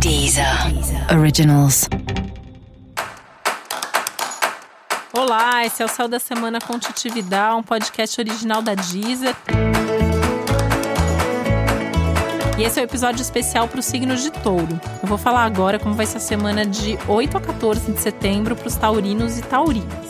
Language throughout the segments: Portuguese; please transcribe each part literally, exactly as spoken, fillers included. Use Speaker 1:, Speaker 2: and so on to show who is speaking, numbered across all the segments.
Speaker 1: Deezer Originals.
Speaker 2: Olá, esse é o Céu da Semana com Titi Vidal, um podcast original da Deezer. E esse é o um episódio especial para o signo de Touro. Eu vou falar agora como vai ser a semana de oito a quatorze de setembro para os taurinos e taurinas.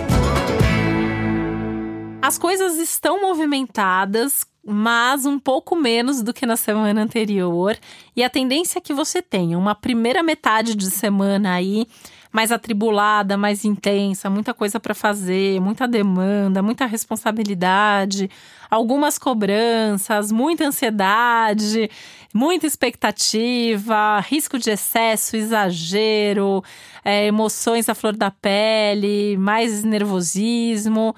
Speaker 2: As coisas estão movimentadas, mas um pouco menos do que na semana anterior. E a tendência é que você tenha uma primeira metade de semana aí mais atribulada, mais intensa, muita coisa para fazer, muita demanda, muita responsabilidade, algumas cobranças, muita ansiedade, muita expectativa, risco de excesso, exagero, é, emoções à flor da pele, mais nervosismo.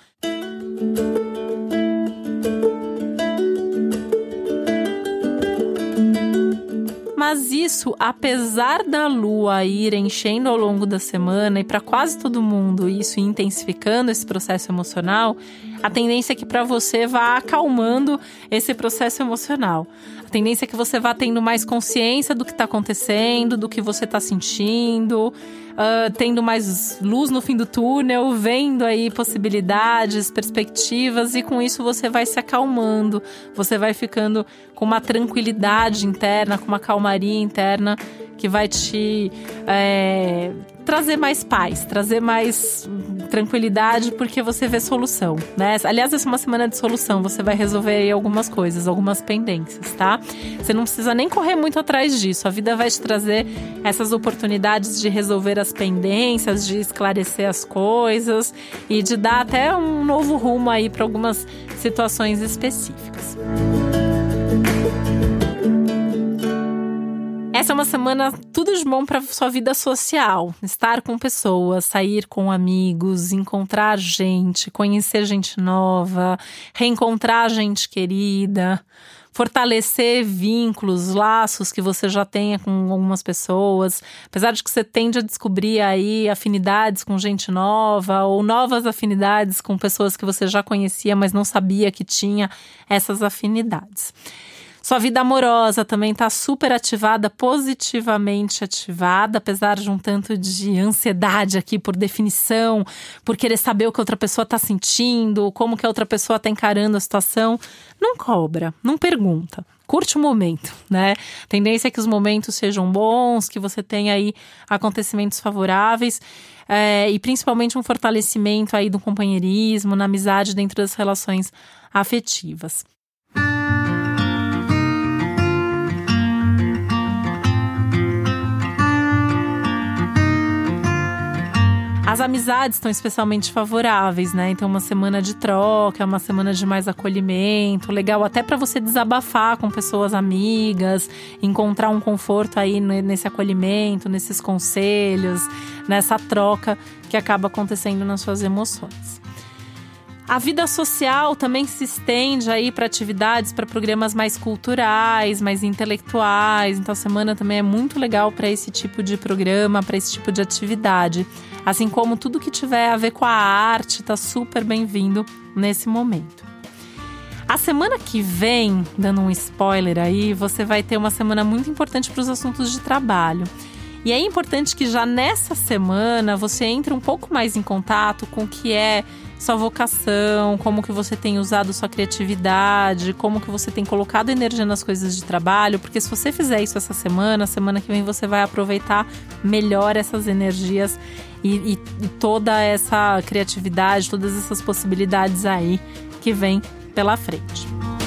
Speaker 2: Mas isso, apesar da lua ir enchendo ao longo da semana e para quase todo mundo isso intensificando esse processo emocional, a tendência é que para você vá acalmando esse processo emocional. A tendência é que você vá tendo mais consciência do que está acontecendo, do que você está sentindo, uh, tendo mais luz no fim do túnel, vendo aí possibilidades, perspectivas, e com isso você vai se acalmando, você vai ficando com uma tranquilidade interna, com uma calmaria interna que vai te é, trazer mais paz, trazer mais tranquilidade, porque você vê solução, né? Aliás, essa é uma semana de solução, você vai resolver aí algumas coisas, algumas pendências, tá? Você não precisa nem correr muito atrás disso, a vida vai te trazer essas oportunidades de resolver as pendências, de esclarecer as coisas e de dar até um novo rumo aí para algumas situações específicas. Essa é uma semana tudo de bom para sua vida social. Estar com pessoas, sair com amigos, encontrar gente, conhecer gente nova, reencontrar gente querida, fortalecer vínculos, laços que você já tenha com algumas pessoas. Apesar de que você tende a descobrir aí afinidades com gente nova ou novas afinidades com pessoas que você já conhecia, mas não sabia que tinha essas afinidades. Sua vida amorosa também está super ativada, positivamente ativada, apesar de um tanto de ansiedade aqui por definição, por querer saber o que a outra pessoa está sentindo, como que a outra pessoa está encarando a situação. Não cobra, não pergunta. Curte o momento, né? A tendência é que os momentos sejam bons, que você tenha aí acontecimentos favoráveis é, e principalmente um fortalecimento aí do companheirismo, na amizade dentro das relações afetivas. As amizades estão especialmente favoráveis, né? Então, uma semana de troca, uma semana de mais acolhimento, legal até para você desabafar com pessoas amigas, encontrar um conforto aí nesse acolhimento, nesses conselhos, nessa troca que acaba acontecendo nas suas emoções. A vida social também se estende aí para atividades, para programas mais culturais, mais intelectuais. Então, a semana também é muito legal para esse tipo de programa, para esse tipo de atividade. Assim como tudo que tiver a ver com a arte está super bem-vindo nesse momento. A semana que vem, dando um spoiler aí, você vai ter uma semana muito importante para os assuntos de trabalho. E é importante que já nessa semana você entre um pouco mais em contato com o que é sua vocação, como que você tem usado sua criatividade, como que você tem colocado energia nas coisas de trabalho, porque se você fizer isso essa semana, semana que vem você vai aproveitar melhor essas energias e, e, e toda essa criatividade, todas essas possibilidades aí que vem pela frente.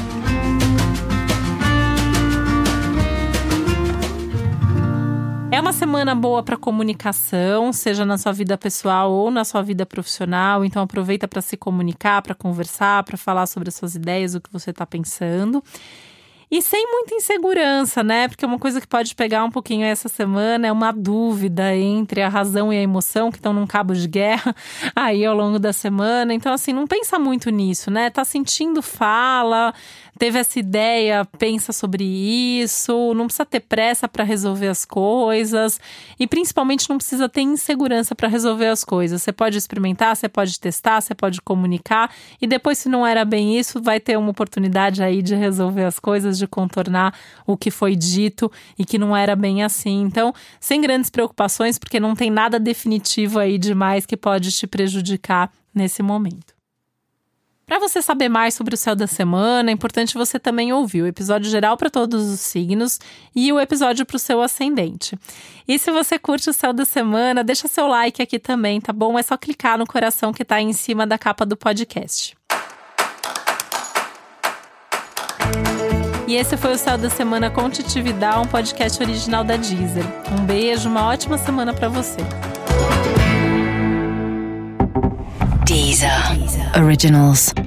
Speaker 2: É uma semana boa para comunicação, seja na sua vida pessoal ou na sua vida profissional. Então aproveita para se comunicar, para conversar, para falar sobre as suas ideias, o que você está pensando. E sem muita insegurança, né? Porque uma coisa que pode pegar um pouquinho essa semana é uma dúvida entre a razão e a emoção, que estão num cabo de guerra aí ao longo da semana. Então, assim, não pensa muito nisso, né? Tá sentindo, fala, teve essa ideia, pensa sobre isso, não precisa ter pressa para resolver as coisas e principalmente não precisa ter insegurança para resolver as coisas. Você pode experimentar, você pode testar, você pode comunicar e depois, se não era bem isso, vai ter uma oportunidade aí de resolver as coisas, de contornar o que foi dito e que não era bem assim. Então, sem grandes preocupações, porque não tem nada definitivo aí demais que pode te prejudicar nesse momento. Para você saber mais sobre o céu da semana, é importante você também ouvir o episódio geral para todos os signos e o episódio para o seu ascendente. E se você curte o céu da semana, deixa seu like aqui também, tá bom? É só clicar no coração que tá aí em cima da capa do podcast. E esse foi o Céu da Semana com Titi Vidal, um podcast original da Deezer. Um beijo, uma ótima semana para você.
Speaker 1: Deezer. Originals.